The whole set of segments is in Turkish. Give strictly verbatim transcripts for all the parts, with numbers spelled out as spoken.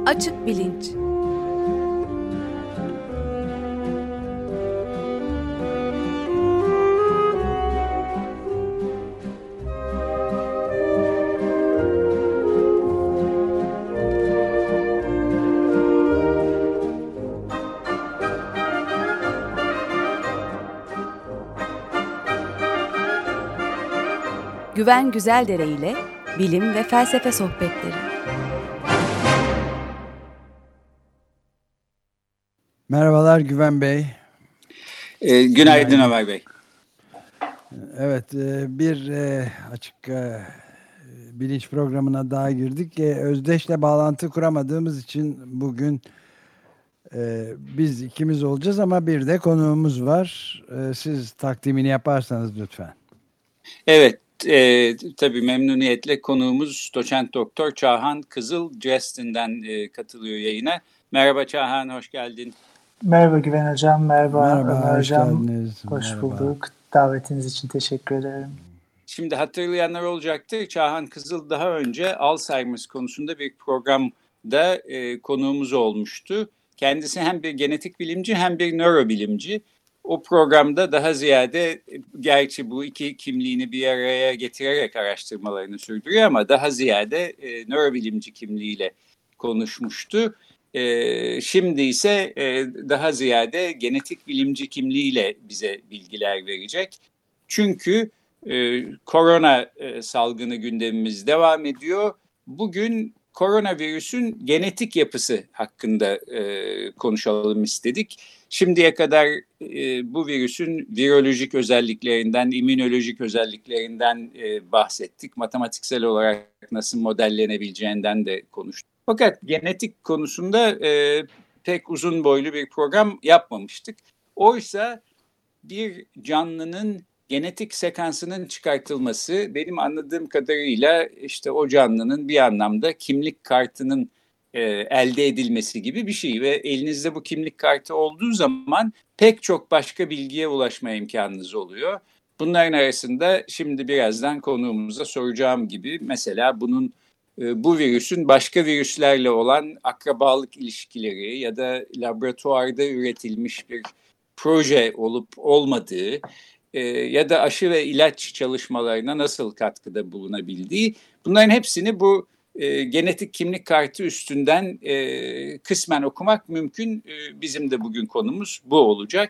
Açık Bilinç. Güven Güzeldere ile bilim ve felsefe sohbetleri. Merhabalar Güven Bey. E, günaydın Ömer Bey. Evet, bir açık bilinç programına daha girdik. Özdeş'le bağlantı kuramadığımız için bugün biz ikimiz olacağız ama bir de konuğumuz var. Siz takdimini yaparsanız lütfen. Evet, e, tabii memnuniyetle konuğumuz doçent doktor Çağhan Kızıl Dresden'den e, katılıyor yayına. Merhaba Çağhan, hoş geldin. Merhaba Güven Hocam, merhaba, merhaba Ömer hoş Hocam. Geldiniz. Hoş merhaba. bulduk. Davetiniz için teşekkür ederim. Şimdi hatırlayanlar olacaktır. Çağhan Kızıl daha önce Alzheimer konusunda bir programda e, konuğumuz olmuştu. Kendisi hem bir genetik bilimci hem bir nörobilimci. O programda daha ziyade, gerçi bu iki kimliğini bir araya getirerek araştırmalarını sürdürüyor ama daha ziyade e, nörobilimci kimliğiyle konuşmuştu. E, şimdi ise e, daha ziyade genetik bilimci kimliğiyle bize bilgiler verecek. Çünkü e, korona e, salgını gündemimiz devam ediyor. Bugün koronavirüsün genetik yapısı hakkında e, konuşalım istedik. Şimdiye kadar e, bu virüsün virolojik özelliklerinden, immünolojik özelliklerinden e, bahsettik. Matematiksel olarak nasıl modellenebileceğinden de konuştuk. Fakat genetik konusunda e, pek uzun boylu bir program yapmamıştık. Oysa bir canlının genetik sekansının çıkartılması benim anladığım kadarıyla işte o canlının bir anlamda kimlik kartının e, elde edilmesi gibi bir şey ve elinizde bu kimlik kartı olduğu zaman pek çok başka bilgiye ulaşma imkanınız oluyor. Bunların arasında şimdi birazdan konuğumuza soracağım gibi mesela bunun e, bu virüsün başka virüslerle olan akrabalık ilişkileri ya da laboratuvarda üretilmiş bir proje olup olmadığı e, ya da aşı ve ilaç çalışmalarına nasıl katkıda bulunabildiği, bunların hepsini bu e, genetik kimlik kartı üstünden e, kısmen okumak mümkün. E, bizim de bugün konumuz bu olacak.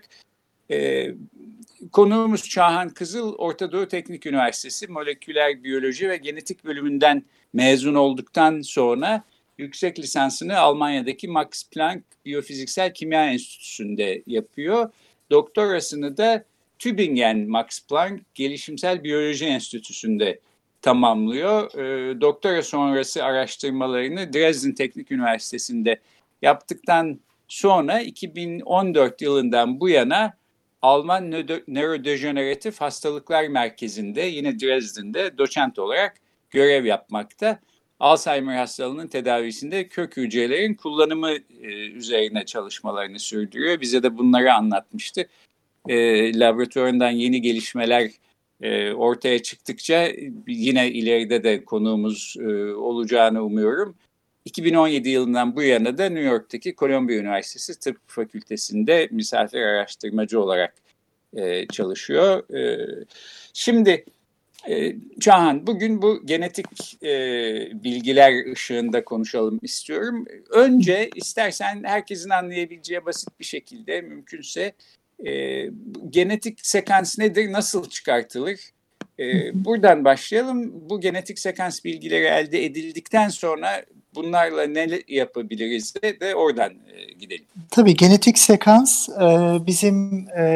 E, konuğumuz Çağhan Kızıl, Orta Doğu Teknik Üniversitesi Moleküler Biyoloji ve Genetik bölümünden mezun olduktan sonra yüksek lisansını Almanya'daki Max Planck Biyofiziksel Kimya Enstitüsü'nde yapıyor. Doktorasını da Tübingen Max Planck Gelişimsel Biyoloji Enstitüsü'nde tamamlıyor. E, doktora sonrası araştırmalarını Dresden Teknik Üniversitesi'nde yaptıktan sonra iki bin on dört yılından bu yana Alman Nörodejeneratif Hastalıklar Merkezi'nde yine Dresden'de doçent olarak görev yapmakta. Alzheimer hastalığının tedavisinde kök hücrelerin kullanımı e, üzerine çalışmalarını sürdürüyor. Bize de bunları anlatmıştı. E, laboratuvarından yeni gelişmeler e, ortaya çıktıkça yine ileride de konuğumuz e, olacağını umuyorum. iki bin on yedi yılından bu yana da New York'taki Columbia Üniversitesi Tıp Fakültesi'nde misafir araştırmacı olarak e, çalışıyor. E, şimdi e, Çağhan, bugün bu genetik e, bilgiler ışığında konuşalım istiyorum. Önce istersen herkesin anlayabileceği basit bir şekilde mümkünse e, genetik sekans nedir, nasıl çıkartılır? E, buradan başlayalım. Bu genetik sekans bilgileri elde edildikten sonra bunlarla ne yapabiliriz de, de oradan e, gidelim. Tabii genetik sekans e, bizim e,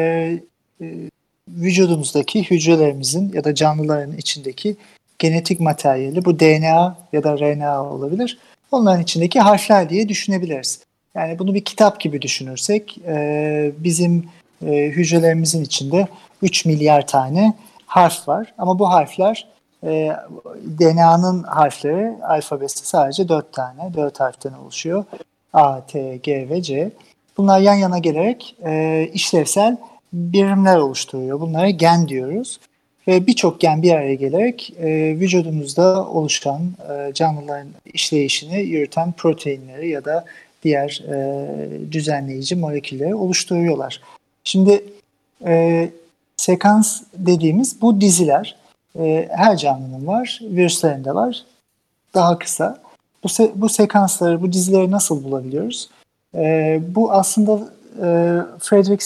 e, vücudumuzdaki hücrelerimizin ya da canlıların içindeki genetik materyali, bu D N A ya da R N A olabilir. Onların içindeki harfler diye düşünebiliriz. Yani bunu bir kitap gibi düşünürsek e, bizim e, hücrelerimizin içinde üç milyar tane harf var. Ama bu harfler e, D N A'nın harfleri alfabesi sadece dört tane, dört harften oluşuyor. A, T, G ve C. Bunlar yan yana gelerek e, işlevsel birimler oluşturuyor. Bunlara gen diyoruz. ve birçok gen bir araya gelerek e, vücudumuzda oluşan e, canlıların işleyişini yürüten proteinleri ya da diğer e, düzenleyici molekülleri oluşturuyorlar. Şimdi e, sekans dediğimiz bu diziler e, her canlının var, virüslerin de var. Daha kısa. Bu, se- bu sekansları, bu dizileri nasıl bulabiliyoruz? E, bu aslında e, Frederick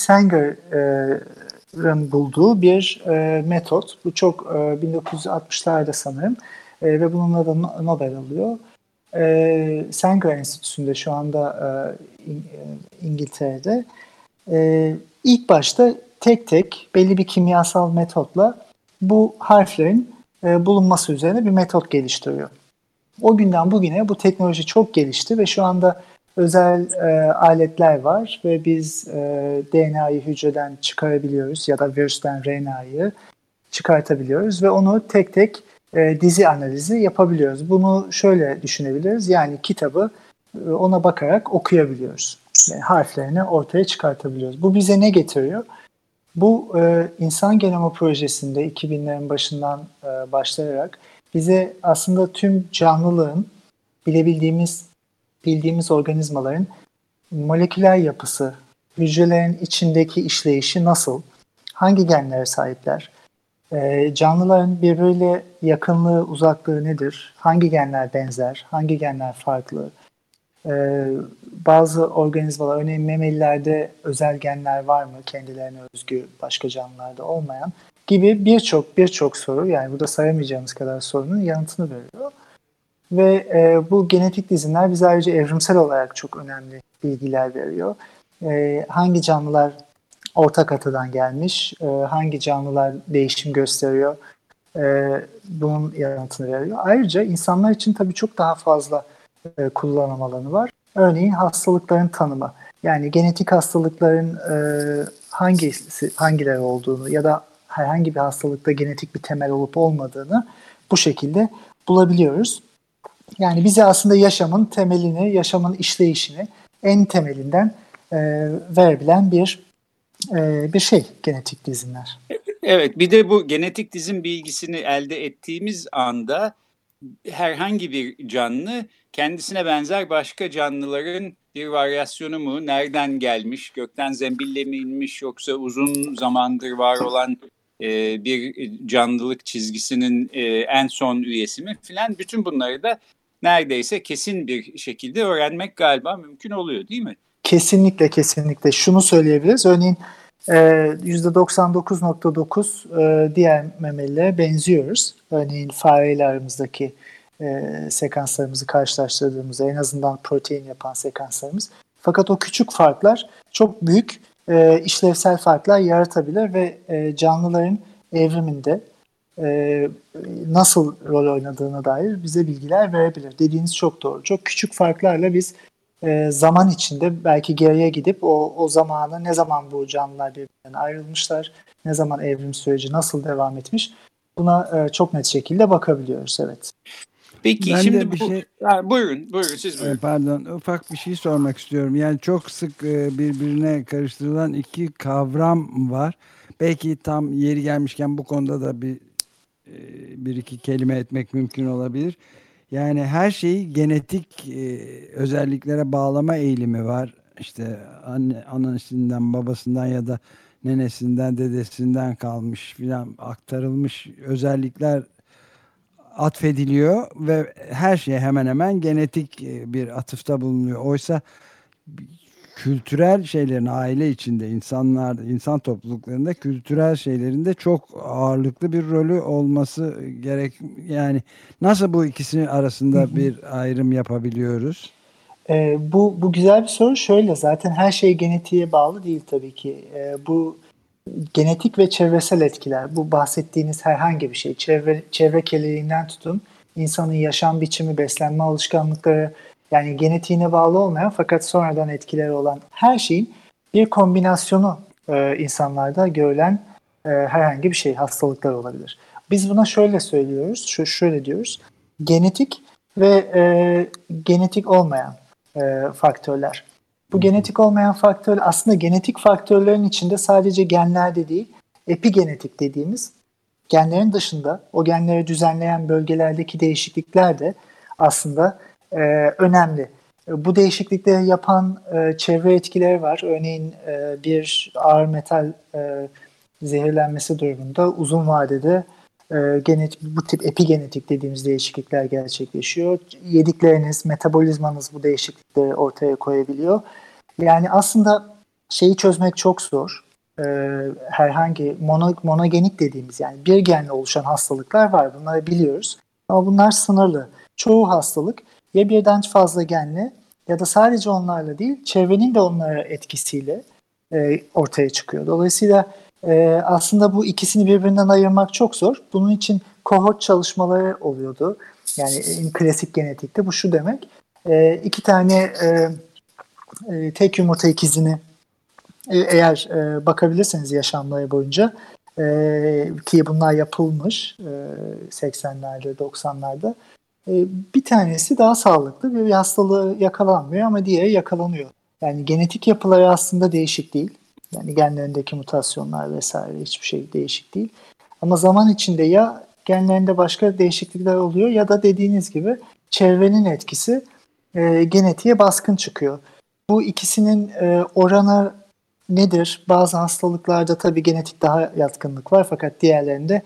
Sanger'ın bulduğu bir e, metot. Bu çok e, bin dokuz yüz altmışlarda sanırım e, ve bununla da Nobel alıyor. E, Sanger Enstitüsü'nde şu anda e, İng- İngiltere'de. E, ilk başta tek tek belli bir kimyasal metotla bu harflerin e, bulunması üzerine bir metot geliştiriyor. O günden bugüne bu teknoloji çok gelişti ve şu anda özel e, aletler var ve biz e, D N A'yı hücreden çıkarabiliyoruz ya da virüsten R N A'yı çıkartabiliyoruz ve onu tek tek e, dizi analizi yapabiliyoruz. Bunu şöyle düşünebiliriz, yani kitabı e, ona bakarak okuyabiliyoruz. Yani harflerini ortaya çıkartabiliyoruz. Bu bize ne getiriyor? Bu e, insan genomu projesinde iki binlerin başından e, başlayarak bize aslında tüm canlılığın, bilebildiğimiz bildiğimiz organizmaların moleküler yapısı, hücrelerin içindeki işleyişi nasıl, hangi genlere sahipler, e, canlıların birbiriyle yakınlığı, uzaklığı nedir, hangi genler benzer, hangi genler farklı, e, bazı organizmalar, örneğin memelilerde özel genler var mı, kendilerine özgü, başka canlılarda olmayan gibi birçok birçok soru, yani burada sayamayacağımız kadar sorunun yanıtını veriyor. Ve e, bu genetik dizinler bize ayrıca evrimsel olarak çok önemli bilgiler veriyor. E, hangi canlılar ortak atadan gelmiş, e, hangi canlılar değişim gösteriyor, e, bunun yanıtını veriyor. Ayrıca insanlar için tabii çok daha fazla e, kullanım alanı var. Örneğin hastalıkların tanımı. Yani genetik hastalıkların e, hangisi hangileri olduğunu ya da herhangi bir hastalıkta genetik bir temel olup olmadığını bu şekilde bulabiliyoruz. Yani bize aslında yaşamın temelini, yaşamın işleyişini en temelinden e, verebilen bir e, bir şey genetik dizinler. Evet, bir de bu genetik dizin bilgisini elde ettiğimiz anda herhangi bir canlı kendisine benzer başka canlıların bir varyasyonu mu, nereden gelmiş, gökten zembille mi inmiş, yoksa uzun zamandır var olan e, bir canlılık çizgisinin e, en son üyesi mi filan, bütün bunları da neredeyse kesin bir şekilde öğrenmek galiba mümkün oluyor, değil mi? Kesinlikle, kesinlikle. Şunu söyleyebiliriz. Örneğin yüzde doksan dokuz nokta dokuz diğer memelilere benziyoruz. Örneğin fareyle aramızdaki e, sekanslarımızı karşılaştırdığımızda, en azından protein yapan sekanslarımız. Fakat o küçük farklar çok büyük e, işlevsel farklar yaratabilir ve e, canlıların evriminde e, nasıl rol oynadığına dair bize bilgiler verebilir. Dediğiniz çok doğru. Çok küçük farklarla biz e, zaman içinde belki geriye gidip o, o zamanı, ne zaman bu canlılar birbirinden ayrılmışlar, ne zaman evrim süreci nasıl devam etmiş, buna e, çok net şekilde bakabiliyoruz. Evet. Peki Ben şimdi de bir bu, şey, ha, buyurun, buyurun siz buyurun. pardon, ufak bir şey sormak istiyorum. Yani çok sık birbirine karıştırılan iki kavram var. Belki tam yeri gelmişken bu konuda da bir bir iki kelime etmek mümkün olabilir. Yani her şeyi genetik özelliklere bağlama eğilimi var. İşte anne, annesinden, babasından ya da nenesinden, dedesinden kalmış filan aktarılmış özellikler atfediliyor ve her şeye hemen hemen genetik bir atıfta bulunuyor. Oysa kültürel şeylerin, aile içinde, insanlar, insan topluluklarında kültürel şeylerin de çok ağırlıklı bir rolü olması gerek. Yani nasıl bu ikisinin arasında bir ayrım yapabiliyoruz? E, bu bu güzel bir soru. Şöyle, zaten her şey genetiğe bağlı değil tabii ki. E, bu genetik ve çevresel etkiler, bu bahsettiğiniz herhangi bir şey, çevre, çevre kirliliğinden tutun, insanın yaşam biçimi, beslenme alışkanlıkları, yani genetiğine bağlı olmayan fakat sonradan etkileri olan her şeyin bir kombinasyonu e, insanlarda görülen e, herhangi bir şey, hastalıklar olabilir. Biz buna şöyle söylüyoruz, şu şöyle diyoruz, genetik ve e, genetik olmayan e, faktörler. Bu genetik olmayan faktör, aslında genetik faktörlerin içinde sadece genlerde değil, epigenetik dediğimiz genlerin dışında o genleri düzenleyen bölgelerdeki değişiklikler de aslında e, önemli. Bu değişiklikleri yapan e, çevre etkileri var. Örneğin e, bir ağır metal e, zehirlenmesi durumunda uzun vadede e, genetik, bu tip epigenetik dediğimiz değişiklikler gerçekleşiyor. Yedikleriniz, metabolizmanız bu değişiklikleri ortaya koyabiliyor. Yani aslında şeyi çözmek çok zor. E, herhangi mono, monogenik dediğimiz yani bir genle oluşan hastalıklar var. Bunları biliyoruz. Ama bunlar sınırlı. Çoğu hastalık ya birden fazla genle ya da sadece onlarla değil, çevrenin de onlara etkisiyle e, ortaya çıkıyor. Dolayısıyla e, aslında bu ikisini birbirinden ayırmak çok zor. Bunun için kohort çalışmaları oluyordu. Yani en klasik genetikte bu şu demek. E, iki tane e, e, tek yumurta ikizini e, eğer e, bakabilirseniz yaşamları boyunca e, ki bunlar yapılmış e, seksenlerde, doksanlarda bir tanesi daha sağlıklı, bir hastalığı yakalanmıyor ama diğeri yakalanıyor. Yani genetik yapıları aslında değişik değil. Yani genlerindeki mutasyonlar vesaire hiçbir şey değişik değil. Ama zaman içinde ya genlerinde başka değişiklikler oluyor ya da dediğiniz gibi çevrenin etkisi e, genetiğe baskın çıkıyor. Bu ikisinin e, oranı nedir? Bazı hastalıklarda tabii genetik daha yatkınlık var fakat diğerlerinde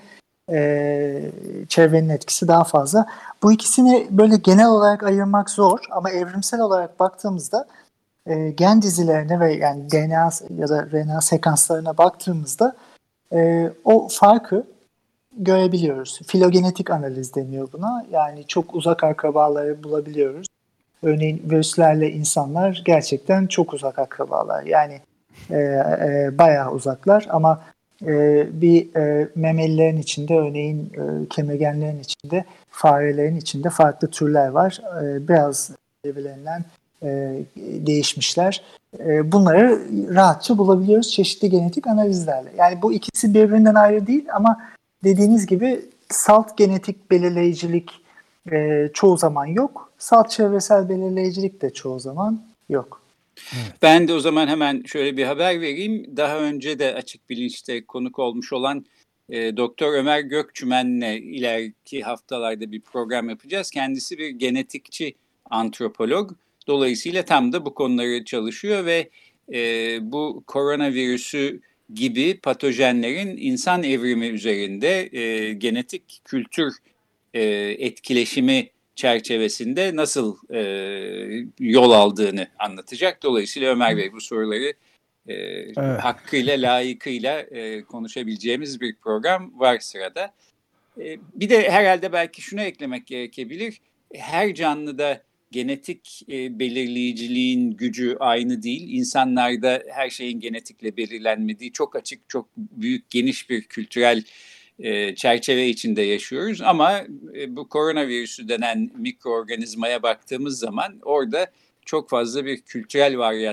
e, çevrenin etkisi daha fazla. Bu ikisini böyle genel olarak ayırmak zor ama evrimsel olarak baktığımızda e, gen dizilerine ve yani D N A ya da R N A sekanslarına baktığımızda e, o farkı görebiliyoruz. Filogenetik analiz deniyor buna. Yani çok uzak akrabaları bulabiliyoruz. Örneğin virüslerle insanlar gerçekten çok uzak akrabalar. Yani e, e, bayağı uzaklar ama e, bir e, memelilerin içinde örneğin e, kemirgenlerin içinde, farelerin içinde farklı türler var. E, biraz birbirlerinden e, değişmişler. E, bunları rahatça bulabiliyoruz çeşitli genetik analizlerle. Yani bu ikisi birbirinden ayrı değil ama dediğiniz gibi salt genetik belirleyicilik e, çoğu zaman yok. Salt çevresel belirleyicilik de çoğu zaman yok. Evet. Ben de o zaman hemen şöyle bir haber vereyim. Daha önce de Açık Bilinç'te konuk olmuş olan e, Doktor Ömer Gökçümen'le ileriki haftalarda bir program yapacağız. Kendisi bir genetikçi antropolog. Dolayısıyla tam da bu konuları çalışıyor ve e, bu koronavirüsü gibi patojenlerin insan evrimi üzerinde e, genetik kültür e, etkileşimi çerçevesinde nasıl e, yol aldığını anlatacak. Dolayısıyla Ömer Bey bu soruları e, evet. hakkıyla, layıkıyla e, konuşabileceğimiz bir program var sırada. E, bir de herhalde belki şunu eklemek gerekebilir. Her canlıda genetik e, belirleyiciliğin gücü aynı değil. İnsanlarda her şeyin genetikle belirlenmediği çok açık, çok büyük, geniş bir kültürel E, çerçeve içinde yaşıyoruz ama e, bu koronavirüsü denen mikroorganizmaya baktığımız zaman orada çok fazla bir kültürel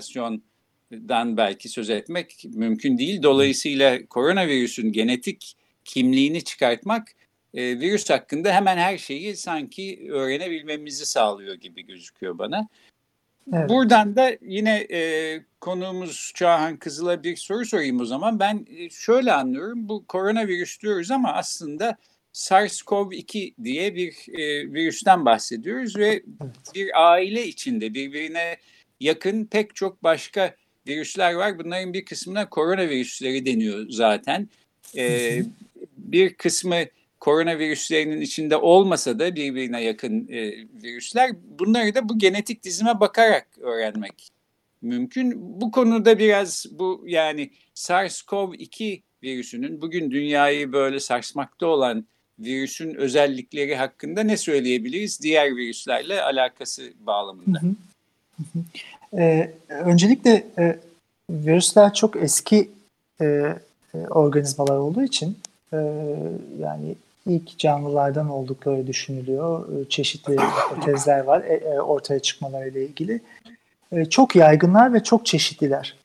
varyasyondan belki söz etmek mümkün değil. Dolayısıyla koronavirüsün genetik kimliğini çıkartmak e, virüs hakkında hemen her şeyi sanki öğrenebilmemizi sağlıyor gibi gözüküyor bana. Evet. Buradan da yine e, konuğumuz Çağhan Kızıl'a bir soru sorayım o zaman. Ben e, şöyle anlıyorum, bu koronavirüs diyoruz ama aslında SARS-CoV iki diye bir e, virüsten bahsediyoruz ve bir aile içinde birbirine yakın pek çok başka virüsler var. Bunların bir kısmına koronavirüsleri deniyor zaten. E, bir kısmı koronavirüslerinin içinde olmasa da birbirine yakın e, virüsler. Bunları da bu genetik dizime bakarak öğrenmek mümkün. Bu konuda biraz bu yani SARS-CoV iki virüsünün bugün dünyayı böyle sarsmakta olan virüsün özellikleri hakkında ne söyleyebiliriz diğer virüslerle alakası bağlamında? Hı hı. Hı hı. Ee, öncelikle e, virüsler çok eski e, e, organizmalar olduğu için e, yani ilk canlılardan oldukları düşünülüyor. Çeşitli hipotezler var ortaya çıkmalarıyla ilgili. Çok yaygınlar ve çok çeşitliler.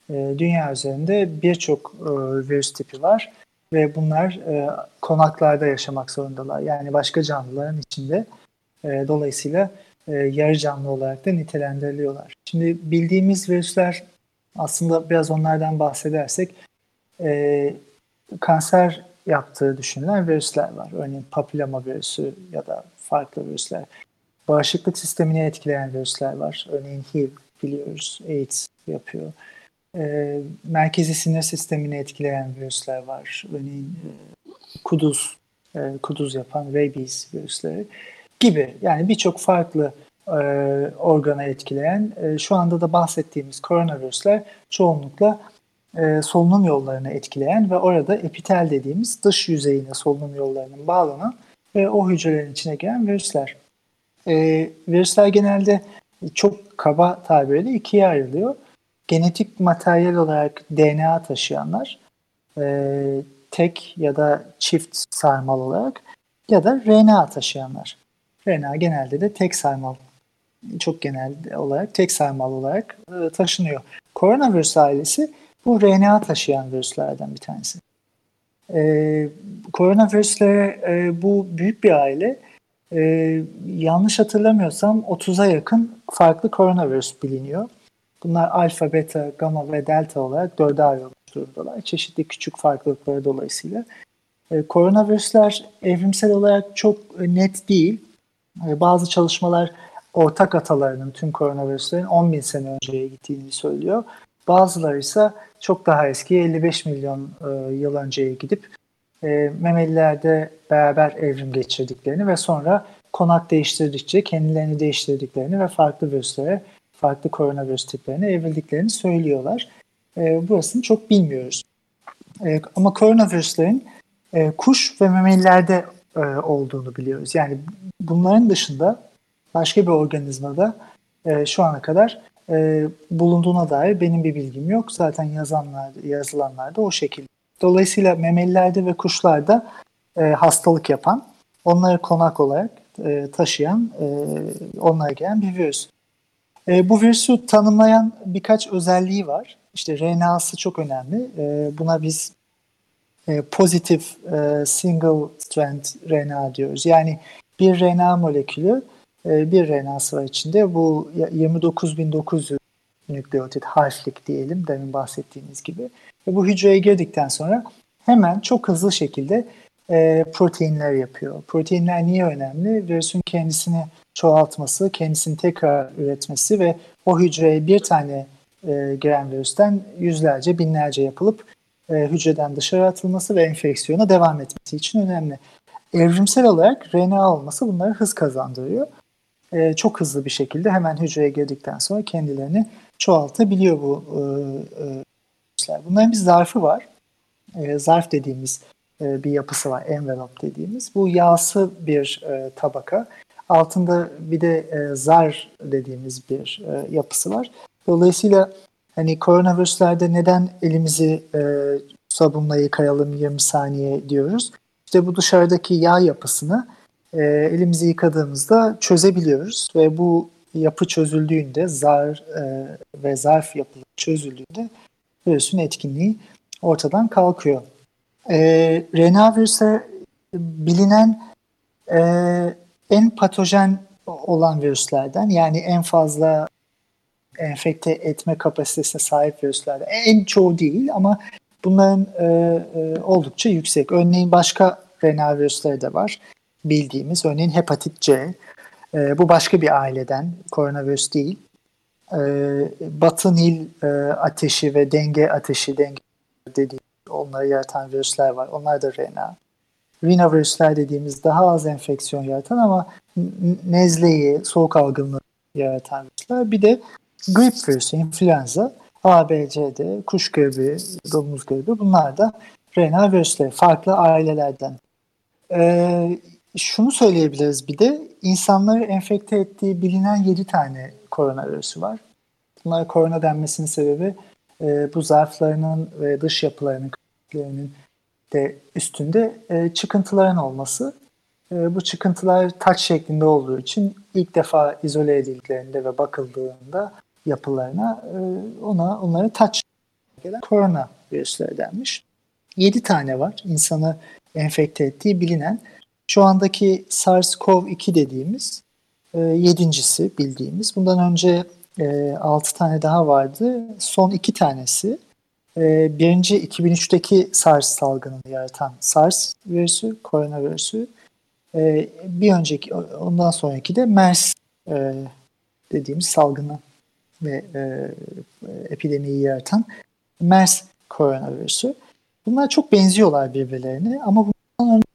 Dünya üzerinde birçok virüs tipi var ve bunlar konaklarda yaşamak zorundalar. Yani başka canlıların içinde. Dolayısıyla yarı canlı olarak da nitelendiriliyorlar. Şimdi bildiğimiz virüsler aslında biraz onlardan bahsedersek kanser yaptığı düşünülen virüsler var. Örneğin papilloma virüsü ya da farklı virüsler. Bağışıklık sistemini etkileyen virüsler var. Örneğin H I V biliyoruz, AIDS yapıyor. E, merkezi sinir sistemini etkileyen virüsler var. Örneğin e, kuduz, e, kuduz yapan rabies virüsleri gibi. Yani birçok farklı e, organa etkileyen, e, şu anda da bahsettiğimiz koronavirüsler çoğunlukla e, solunum yollarını etkileyen ve orada epitel dediğimiz dış yüzeyine solunum yollarının bağlanan ve o hücrelerin içine giren virüsler. E, virüsler genelde çok kaba tabirle ikiye ayrılıyor. Genetik materyal olarak D N A taşıyanlar, e, tek ya da çift sarmal olarak ya da R N A taşıyanlar. R N A genelde de tek sarmal, çok genel olarak tek sarmal olarak e, taşınıyor. Koronavirüs ailesi bu R N A taşıyan virüslerden bir tanesi. E, koronavirüslere e, bu büyük bir aile. E, yanlış hatırlamıyorsam otuza yakın farklı koronavirüs biliniyor. Bunlar alfa, beta, gamma ve delta olarak dörde ayrılmış durumdalar. Çeşitli küçük farklılıkları dolayısıyla. E, koronavirüsler evrimsel olarak çok net değil. E, bazı çalışmalar ortak atalarının, tüm koronavirüslerin on bin sene önceye gittiğini söylüyor. Bazıları ise çok daha eski, elli beş milyon e, yıl önceye gidip e, memelilerde beraber evrim geçirdiklerini ve sonra konak değiştirdikçe kendilerini değiştirdiklerini ve farklı virüslere, farklı koronavirüs tiplerine evrildiklerini söylüyorlar. E, burasını çok bilmiyoruz. E, ama koronavirüslerin e, kuş ve memelilerde e, olduğunu biliyoruz. Yani bunların dışında başka bir organizmada e, şu ana kadar e, bulunduğuna dair benim bir bilgim yok. Zaten yazanlar, yazılanlar da o şekilde. Dolayısıyla memelilerde ve kuşlarda e, hastalık yapan, onları konak olarak e, taşıyan, e, onlara gelen bir virüs. E, bu virüsü tanımlayan birkaç özelliği var. İşte R N A'sı çok önemli. E, buna biz e, pozitif e, single strand R N A diyoruz. Yani bir R N A molekülü, e, bir R N A'sı var içinde. Bu yirmi dokuz bin dokuz yüz nükleotit, harflik diyelim, demin bahsettiğimiz gibi. Ve bu hücreye girdikten sonra hemen çok hızlı şekilde e, proteinler yapıyor. Proteinler niye önemli? Virüsün kendisini çoğaltması, kendisini tekrar üretmesi ve o hücreye bir tane e, giren virüsten yüzlerce, binlerce yapılıp e, hücreden dışarı atılması ve enfeksiyona devam etmesi için önemli. Evrimsel olarak R N A olması bunları hız kazandırıyor. E, çok hızlı bir şekilde hemen hücreye girdikten sonra kendilerini çoğaltabiliyor bu virüsler. E, Bunların bir zarfı var. E, zarf dediğimiz e, bir yapısı var, envelope dediğimiz. Bu yağsı bir e, tabaka. Altında bir de e, zar dediğimiz bir e, yapısı var. Dolayısıyla hani koronavirüslerde neden elimizi e, sabunla yıkayalım yirmi saniye diyoruz? İşte bu dışarıdaki yağ yapısını e, elimizi yıkadığımızda çözebiliyoruz ve bu yapı çözüldüğünde, zar e, ve zarf yapıları çözüldüğünde virüsün etkinliği ortadan kalkıyor. E, R N A virüsü bilinen e, en patojen olan virüslerden, yani en fazla enfekte etme kapasitesine sahip virüslerden. En çoğu değil ama bunların e, e, oldukça yüksek. Örneğin başka R N A virüsleri de var bildiğimiz. Örneğin hepatit C. E, bu başka bir aileden, koronavirüs değil. E, Batı Nil e, ateşi ve denge ateşi, denge dediğimiz, onları yaratan virüsler var. Onlar da R N A. Rhinovirüsler dediğimiz daha az enfeksiyon yaratan ama nezleyi, soğuk algınlığı yaratan virüsler. Bir de grip virüsü, influenza, A, B, C, D, kuş gribi, domuz gribi, bunlar da R N A virüsleri. Farklı ailelerden. Ee, şunu söyleyebiliriz bir de, insanları enfekte ettiği bilinen yedi tane koronavirüsü var. Bunlara korona denmesinin sebebi e, bu zarflarının ve dış yapılarının, de üstünde e, çıkıntıların olması. E, bu çıkıntılar taç şeklinde olduğu için ilk defa izole edildiklerinde ve bakıldığında yapılarına e, ona onları taç gelen korona virüsleri denmiş. yedi tane var insanı enfekte ettiği bilinen. Şu andaki SARS-CoV iki dediğimiz e, yedincisi bildiğimiz. Bundan önce e, altı tane daha vardı. Son iki tanesi E, birinci iki bin üçteki SARS salgınını yaratan SARS virüsü, koronavirüsü. E, bir önceki, ondan sonraki de MERS e, dediğimiz salgını ve e, epidemiyi yaratan MERS koronavirüsü. Bunlar çok benziyorlar birbirlerine ama bundan önce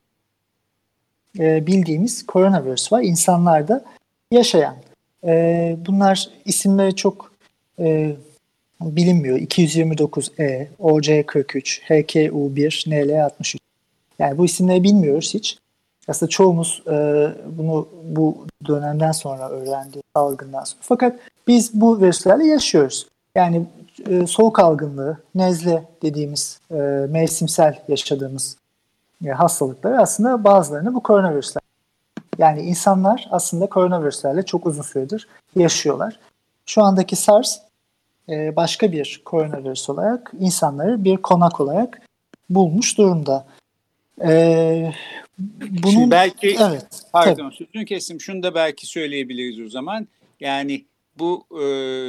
e, bildiğimiz koronavirüs var. İnsanlarda yaşayan. E, bunlar isimleri çok e, bilinmiyor. iki yüz yirmi dokuz E, O C kırk üç, H K U bir, N L altmış üç. Yani bu isimleri bilmiyoruz hiç. Aslında çoğumuz e, bunu bu dönemden sonra öğrendi, salgından sonra. Fakat biz bu virüslerle yaşıyoruz. Yani e, soğuk algınlığı, nezle dediğimiz e, mevsimsel yaşadığımız e, hastalıkları aslında bazılarını bu koronavirüsler. Yani insanlar aslında koronavirüslerle çok uzun süredir yaşıyorlar. Şu andaki SARS e, başka bir koronavirüs olarak insanları bir konak olarak bulmuş durumda. Ee, bunun, Şimdi belki evet, pardon tabii. sözünü kestim. Şunu da belki söyleyebiliriz o zaman. Yani bu e,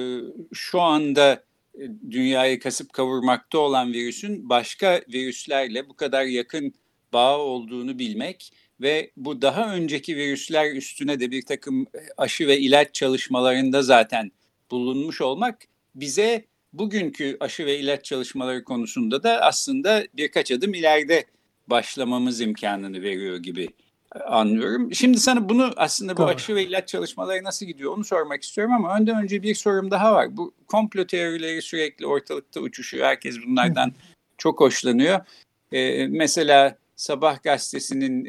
şu anda dünyayı kasıp kavurmakta olan virüsün başka virüslerle bu kadar yakın bağı olduğunu bilmek ve bu daha önceki virüsler üstüne de bir takım aşı ve ilaç çalışmalarında zaten bulunmuş olmak bize bugünkü aşı ve ilaç çalışmaları konusunda da aslında birkaç adım ileride başlamamız imkanını veriyor gibi anlıyorum. Şimdi sana bunu aslında bu Doğru. aşı ve ilaç çalışmaları nasıl gidiyor onu sormak istiyorum ama önden önce bir sorum daha var. Bu komplo teorileri sürekli ortalıkta uçuşuyor. Herkes bunlardan çok hoşlanıyor. Ee, mesela Sabah gazetesinin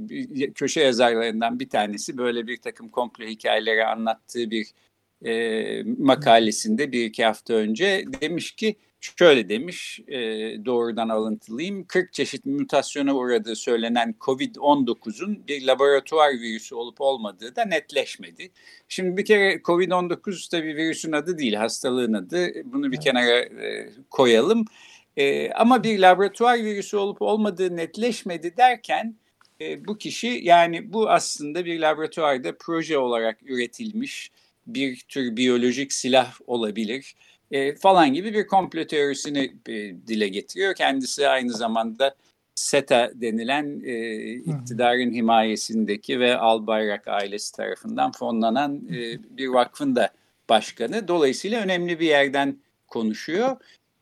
e, köşe yazarlarından bir tanesi böyle bir takım komplo hikayeleri anlattığı bir e, makalesinde bir iki hafta önce demiş ki şöyle demiş, e, doğrudan alıntılayayım. kırk çeşit mutasyona uğradığı söylenen kovid on dokuzun bir laboratuvar virüsü olup olmadığı da netleşmedi. Şimdi bir kere kovid on dokuz tabii virüsün adı değil, hastalığın adı. Bunu bir evet. kenara e, koyalım. E, ama bir laboratuvar virüsü olup olmadığı netleşmedi derken e, bu kişi yani bu aslında bir laboratuvarda proje olarak üretilmiş bir tür biyolojik silah olabilir. E, falan gibi bir komplo teorisini e, dile getiriyor. Kendisi aynı zamanda SETA denilen e, iktidarın himayesindeki ve Albayrak ailesi tarafından fonlanan e, bir vakfın da başkanı. Dolayısıyla önemli bir yerden konuşuyor.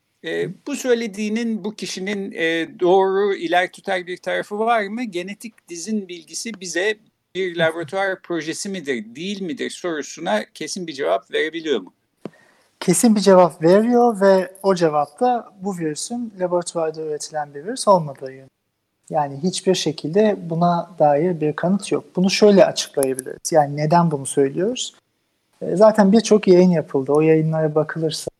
E, bu söylediğinin bu kişinin e, doğru iler tutar bir tarafı var mı? Genetik dizin bilgisi bize bir laboratuvar projesi midir, değil midir sorusuna kesin bir cevap verebiliyor mu? Kesin bir cevap veriyor ve o cevap da bu virüsün laboratuvarda üretilen bir virüs olmadığı yönünde. Yani hiçbir şekilde buna dair bir kanıt yok. Bunu şöyle açıklayabiliriz. Yani neden bunu söylüyoruz? Zaten birçok yayın yapıldı. O yayınlara bakılırsa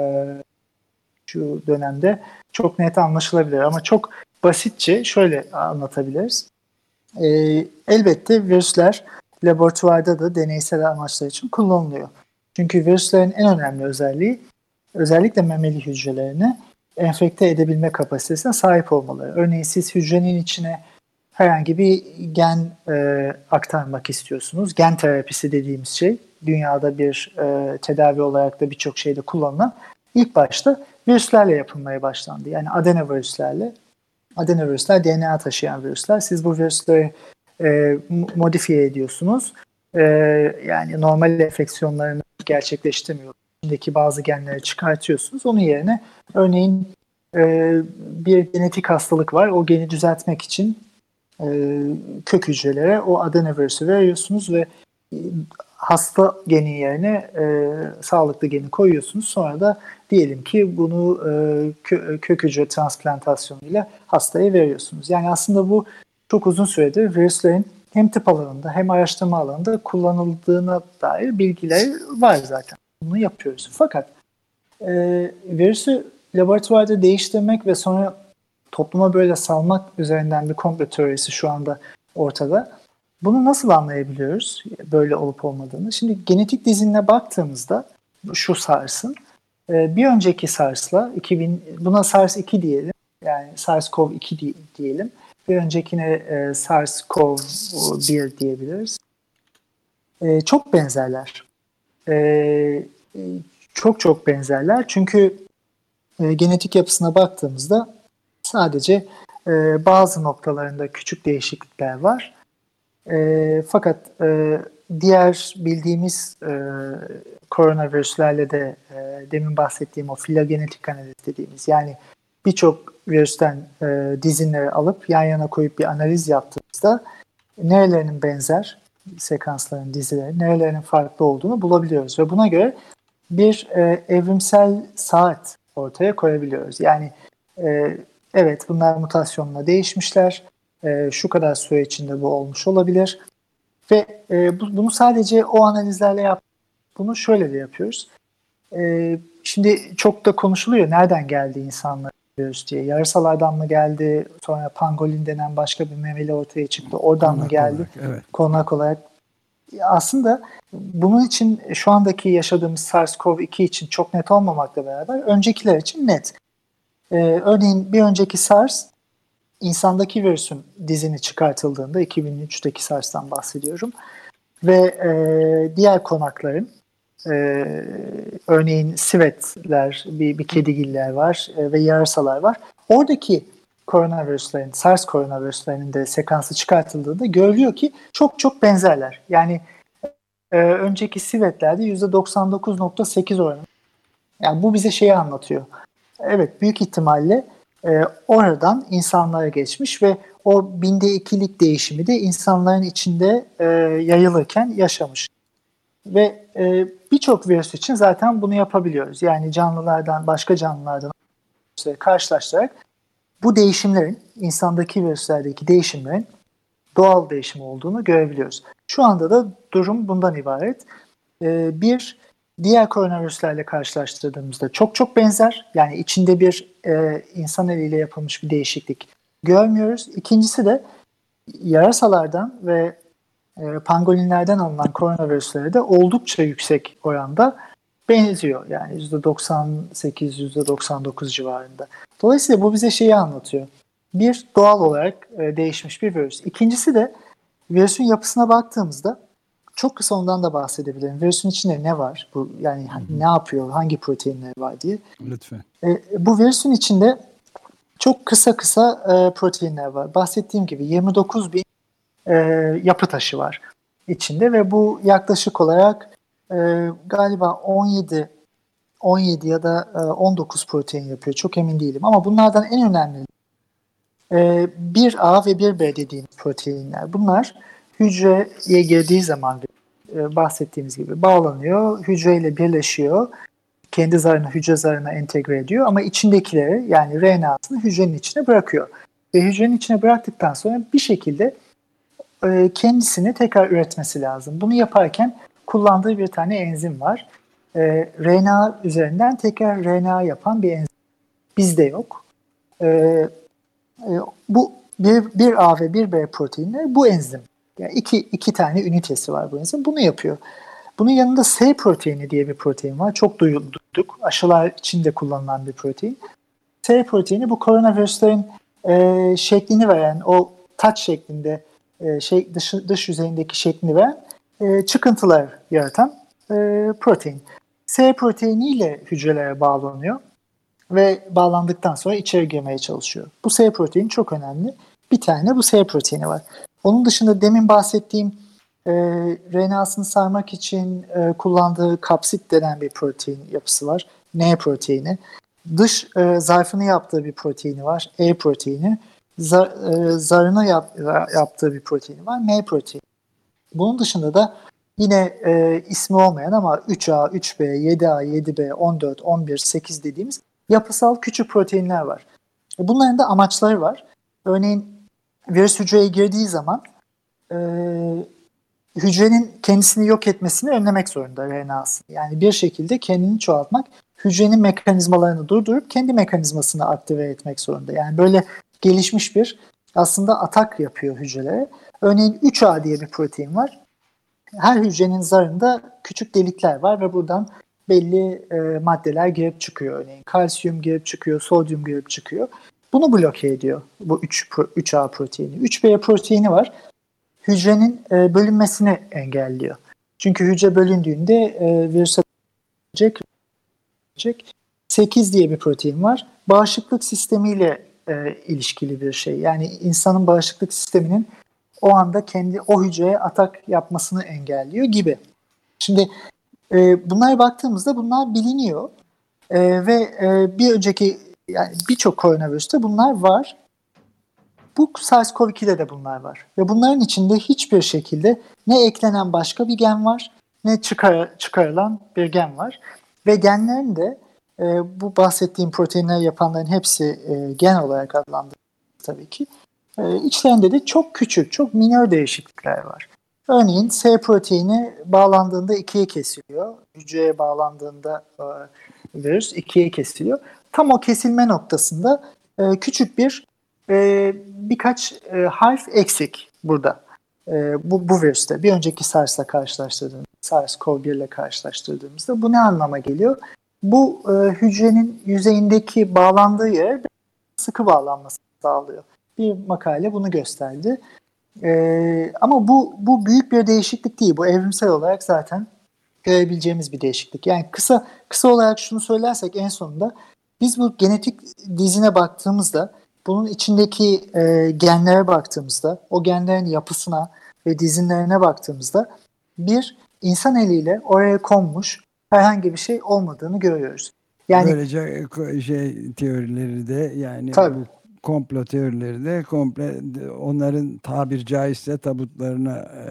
şu dönemde çok net anlaşılabilir. Ama çok basitçe şöyle anlatabiliriz. Elbette virüsler laboratuvarda da deneysel amaçlar için kullanılıyor. Çünkü virüslerin en önemli özelliği özellikle memeli hücrelerini enfekte edebilme kapasitesine sahip olmaları. Örneğin siz hücrenin içine herhangi bir gen e, aktarmak istiyorsunuz. Gen terapisi dediğimiz şey dünyada bir e, tedavi olarak da birçok şeyde kullanılan ilk başta virüslerle yapılmaya başlandı. Yani adenovirüslerle. Adenovirüsler D N A taşıyan virüsler. Siz bu virüsleri e, modifiye ediyorsunuz. E, yani normal enfeksiyonlarını gerçekleştirmiyor. İçindeki bazı genleri çıkartıyorsunuz. Onun yerine örneğin e, bir genetik hastalık var. O geni düzeltmek için e, kök hücrelere o adenovirüsü veriyorsunuz ve e, hasta geni yerine e, sağlıklı geni koyuyorsunuz. Sonra da diyelim ki bunu e, kö, kök hücre transplantasyonuyla hastaya veriyorsunuz. Yani aslında bu çok uzun süredir virüslerin hem tıp alanında hem araştırma alanında kullanıldığına dair bilgiler var zaten. Bunu yapıyoruz. Fakat e, virüsü laboratuvarda değiştirmek ve sonra topluma böyle salmak üzerinden bir komplo teorisi şu anda ortada. Bunu nasıl anlayabiliyoruz böyle olup olmadığını? Şimdi genetik dizinine baktığımızda şu SARS'ın e, bir önceki SARS'la iki bin, buna SARS iki diyelim. Yani SARS-CoV iki diyelim. Bir öncekine e, SARS-CoV bir diyebiliriz. E, çok benzerler. E, çok çok benzerler. Çünkü e, genetik yapısına baktığımızda sadece e, bazı noktalarında küçük değişiklikler var. E, fakat e, diğer bildiğimiz e, koronavirüslerle de e, demin bahsettiğim o filogenetik analiz dediğimiz, yani birçok virüsten e, dizinleri alıp yan yana koyup bir analiz yaptığımızda nerelerinin benzer sekansların, dizileri, nerelerinin farklı olduğunu bulabiliyoruz ve buna göre bir e, evrimsel saat ortaya koyabiliyoruz. Yani e, evet, bunlar mutasyonla değişmişler, e, şu kadar süre içinde bu olmuş olabilir ve e, bu, bunu sadece o analizlerle yap. Bunu şöyle de yapıyoruz. E, şimdi çok da konuşuluyor, nereden geldi insanlar virüs diye. Yarısalardan mı geldi, sonra pangolin denen başka bir memeli ortaya çıktı, oradan konak mı geldi? Olarak, evet. Konak olarak. Aslında bunun için şu andaki yaşadığımız SARS-CoV iki için çok net olmamakla beraber öncekiler için net. Ee, örneğin bir önceki SARS, insandaki virüsün dizini çıkartıldığında, iki bin üçteki SARS'tan bahsediyorum, ve e, diğer konakların, e, örneğin sivetler, bir, bir kedigiller var e, ve yarasalar var. Oradaki koronavirüslerin, SARS koronavirüslerinin de sekansı çıkartıldığında görülüyor ki çok çok benzerler. Yani e, önceki sivetlerde yüzde doksan dokuz nokta sekiz oranı. Yani bu bize şeyi anlatıyor. Evet, büyük ihtimalle e, oradan insanlara geçmiş ve o binde ikilik değişimi de insanların içinde e, yayılırken yaşamış. Ve e, birçok virüs için zaten bunu yapabiliyoruz. Yani canlılardan, başka canlılardan karşılaştırarak bu değişimlerin, insandaki virüslerdeki değişimlerin doğal değişim olduğunu görebiliyoruz. Şu anda da durum bundan ibaret. Ee, bir, diğer koronavirüslerle karşılaştırdığımızda çok çok benzer. Yani içinde bir e, insan eliyle yapılmış bir değişiklik görmüyoruz. İkincisi de yarasalardan ve e, pangolinlerden alınan koronavirüslere de oldukça yüksek oranda benziyor. Yani yüzde doksan sekiz yüzde doksan dokuz civarında. Dolayısıyla bu bize şeyi anlatıyor. Bir, doğal olarak e, değişmiş bir virüs. İkincisi de virüsün yapısına baktığımızda, çok kısa ondan da bahsedebilirim. Virüsün içinde ne var? Bu, yani hı hı. ne yapıyor? Hangi proteinler var diye. Lütfen. E, bu virüsün içinde çok kısa kısa e, proteinler var. Bahsettiğim gibi yirmi dokuz bin e, yapı taşı var içinde ve bu yaklaşık olarak e, galiba on yedi on yedi ya da e, on dokuz protein yapıyor. Çok emin değilim ama bunlardan en önemli e, bir A ve bir B dediğimiz proteinler. Bunlar hücreye girdiği zaman e, bahsettiğimiz gibi bağlanıyor, hücreyle birleşiyor, kendi zarını hücre zarına entegre ediyor ama içindekileri, yani R N A'sını hücrenin içine bırakıyor. Ve hücrenin içine bıraktıktan sonra bir şekilde e, kendisini tekrar üretmesi lazım. Bunu yaparken kullandığı bir tane enzim var. E, R N A üzerinden tekrar R N A yapan bir enzim bizde yok. E, e, bu bir, bir A ve bir B proteinleri bu enzim. Yani iki, iki tane ünitesi var bu enzim. Bunu yapıyor. Bunun yanında S proteini diye bir protein var. Çok duyduk. Aşılar için de kullanılan bir protein. S proteini bu koronavirüslerin e, şeklini veren, o taç şeklinde e, şey dış, dış yüzeyindeki şeklini veren e, çıkıntılar yaratan e, protein. S proteiniyle hücrelere bağlanıyor ve bağlandıktan sonra içeri girmeye çalışıyor. Bu S proteini çok önemli. Bir tane bu S proteini var. Onun dışında demin bahsettiğim e, R N A'sını sarmak için e, kullandığı kapsit denen bir protein yapısı var. N proteini. Dış e, zarfını yaptığı bir proteini var. E proteini. Zar, e, zarını yap, yaptığı bir proteini var. M proteini. Bunun dışında da yine e, ismi olmayan ama üç A, üç B, yedi A, yedi B, on dört, on bir, sekiz dediğimiz yapısal küçük proteinler var. Bunların da amaçları var. Örneğin virüs hücreye girdiği zaman e, hücrenin kendisini yok etmesini önlemek zorunda R N A'sı. Yani bir şekilde kendini çoğaltmak, hücrenin mekanizmalarını durdurup kendi mekanizmasını aktive etmek zorunda. Yani böyle gelişmiş bir aslında atak yapıyor hücrelere. Örneğin üç A diye bir protein var. Her hücrenin zarında küçük delikler var ve buradan belli e, maddeler girip çıkıyor. Örneğin kalsiyum girip çıkıyor, sodyum girip çıkıyor. Bunu bloke ediyor bu üç A proteini. üç B proteini var. Hücrenin e, bölünmesini engelliyor. Çünkü hücre bölündüğünde e, virüse gelecek sekiz diye bir protein var. Bağışıklık sistemiyle e, ilişkili bir şey. Yani insanın bağışıklık sisteminin o anda kendi o hücreye atak yapmasını engelliyor gibi. Şimdi e, bunlara baktığımızda bunlar biliniyor. E, ve e, bir önceki yani birçok koronavirüste bunlar var. Bu SARS-CoV iki'de de bunlar var. Ve bunların içinde hiçbir şekilde ne eklenen başka bir gen var, ne çıkar, çıkarılan bir gen var. Ve genlerin de e, bu bahsettiğim proteinler yapanların hepsi e, gen olarak adlandırılıyor tabii ki. E, içlerinde de çok küçük, çok minor değişiklikler var. Örneğin S proteini bağlandığında ikiye kesiliyor. Hücreye bağlandığında e, virüs ikiye kesiliyor. Tam o kesilme noktasında e, küçük bir e, birkaç e, harf eksik burada. E, bu, bu virüste. Bir önceki SARS'la karşılaştırdığımızda, SARS-CoV bir ile karşılaştırdığımızda bu ne anlama geliyor? Bu e, hücrenin yüzeyindeki bağlandığı yere sıkı bağlanmasını sağlıyor. Bir makale bunu gösterdi. Ee, ama bu bu büyük bir değişiklik değil. Bu evrimsel olarak zaten görebileceğimiz bir değişiklik. Yani kısa kısa olarak şunu söylersek en sonunda biz bu genetik dizine baktığımızda bunun içindeki e, genlere baktığımızda o genlerin yapısına ve dizinlerine baktığımızda bir insan eliyle oraya konmuş herhangi bir şey olmadığını görüyoruz. Yani böylece şey teorileri de yani tabii. bu komplo teorileri de komple onların tabir caizse tabutlarına e,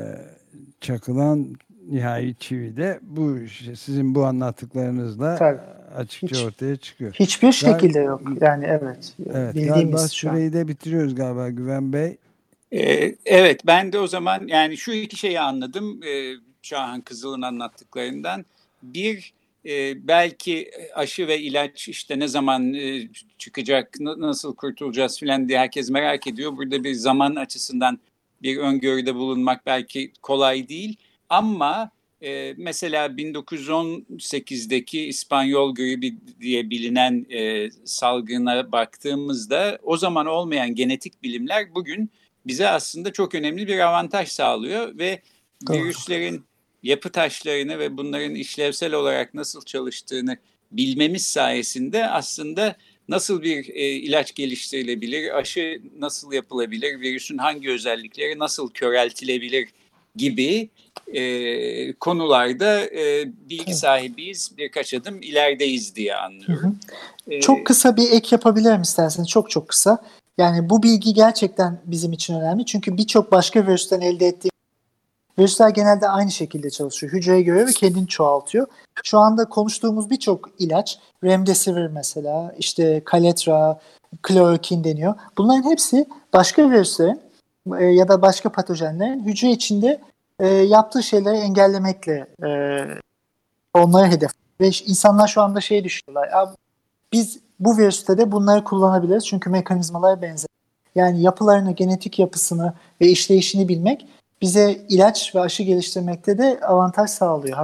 çakılan nihai çivi de bu sizin bu anlattıklarınızla Tabii. açıkça Hiç, ortaya çıkıyor. Hiçbir şekilde yok. Yani evet. Evet, bildiğimiz galiba şu an. süreyi de bitiriyoruz galiba Güven Bey. Ee, evet, ben de o zaman yani şu iki şeyi anladım e, Çağhan Kızıl'ın anlattıklarından. Bir, e, belki aşı ve ilaç işte ne zaman e, çıkacak, nasıl kurtulacağız filan diye herkes merak ediyor. Burada bir zaman açısından bir öngörüde bulunmak belki kolay değil. Ama e, mesela bin dokuz yüz on sekizdeki İspanyol gribi diye bilinen e, salgına baktığımızda o zaman olmayan genetik bilimler bugün bize aslında çok önemli bir avantaj sağlıyor ve Doğru. virüslerin yapı taşlarını ve bunların işlevsel olarak nasıl çalıştığını bilmemiz sayesinde aslında nasıl bir e, ilaç geliştirilebilir, aşı nasıl yapılabilir, virüsün hangi özellikleri nasıl köreltilebilir gibi e, konularda e, bilgi sahibiyiz, birkaç adım ilerideyiz diye anlıyorum. Hı hı. Çok kısa bir ek yapabilirim isterseniz, çok çok kısa. Yani bu bilgi gerçekten bizim için önemli. Çünkü birçok başka virüsten elde ettiğimiz virüsler genelde aynı şekilde çalışıyor. Hücreye göre ve kendini çoğaltıyor. Şu anda konuştuğumuz birçok ilaç, Remdesivir mesela, işte Kaletra, Klorokin deniyor. Bunların hepsi başka virüslerin e, ya da başka patojenlerin hücre içinde e, yaptığı şeyleri engellemekle e, onları hedef. Ve insanlar şu anda şey düşünüyorlar. Ya, biz bu virüste de bunları kullanabiliriz çünkü mekanizmalar benzer. Yani yapılarını, genetik yapısını ve işleyişini bilmek bize ilaç ve aşı geliştirmekte de avantaj sağlıyor.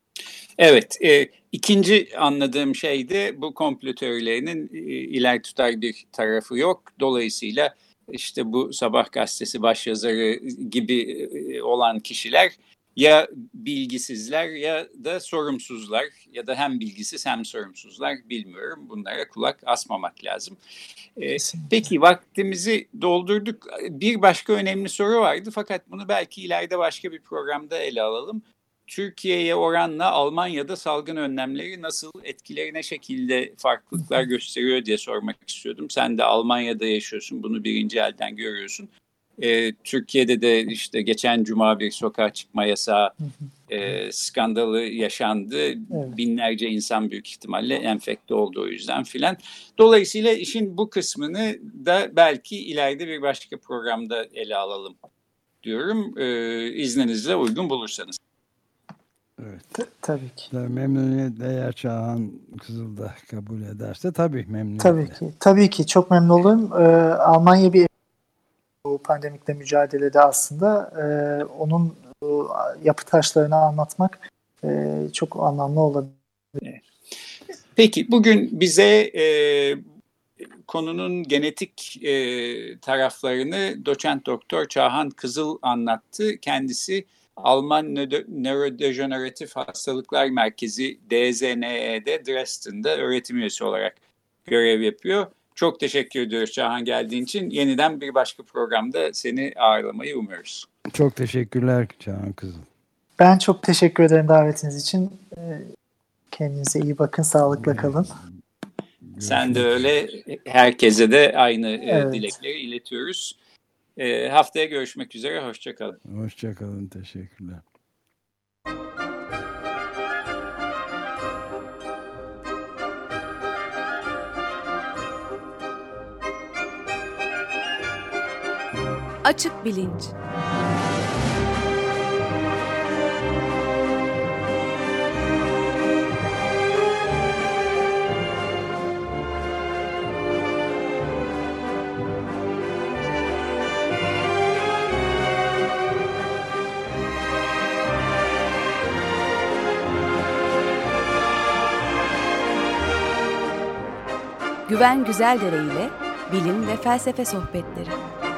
Evet, e, ikinci anladığım şey de bu komplo teorilerinin e, ileri tutar bir tarafı yok. Dolayısıyla işte bu Sabah gazetesi başyazarı gibi e, olan kişiler ya bilgisizler ya da sorumsuzlar ya da hem bilgisiz hem sorumsuzlar, bilmiyorum. Bunlara kulak asmamak lazım. Ee, peki vaktimizi doldurduk. Bir başka önemli soru vardı fakat bunu belki ileride başka bir programda ele alalım. Türkiye'ye oranla Almanya'da salgın önlemleri nasıl, etkileri ne şekilde farklılıklar gösteriyor diye sormak istiyordum. Sen de Almanya'da yaşıyorsun, bunu birinci elden görüyorsun. Ee, Türkiye'de de işte geçen cuma bir sokağa çıkma yasağı e, skandalı yaşandı. Evet. Binlerce insan büyük ihtimalle enfekte oldu o yüzden filan. Dolayısıyla işin bu kısmını da belki ileride bir başka programda ele alalım diyorum. Ee, izninizle uygun bulursanız. Evet. T- tabii ki. Memnuniyetle eğer Çağhan Kızıl da kabul ederse tabii memnuniyetle. Tabii ki. Tabii ki çok memnun olurum. Ee, Almanya bir bu pandemikle mücadelede aslında e, onun e, yapı taşlarını anlatmak e, çok anlamlı olabilir. Peki bugün bize e, konunun genetik e, taraflarını doçent doktor Çağhan Kızıl anlattı. Kendisi Alman Nöro- Nörodejeneratif Hastalıklar Merkezi D Z N E'de Dresden'de öğretim üyesi olarak görev yapıyor. Çok teşekkür ediyoruz Çağhan geldiğin için. Yeniden bir başka programda seni ağırlamayı umuyoruz. Çok teşekkürler Çağhan Kızıl. Ben çok teşekkür ederim davetiniz için. Kendinize iyi bakın, sağlıkla kalın. Sen de öyle. Herkese de aynı Evet. dilekleri iletiyoruz. E, haftaya görüşmek üzere. Hoşça kalın. Hoşça kalın. Teşekkürler. Açık Bilinç. Güven Güzeldere ile bilim ve felsefe sohbetleri.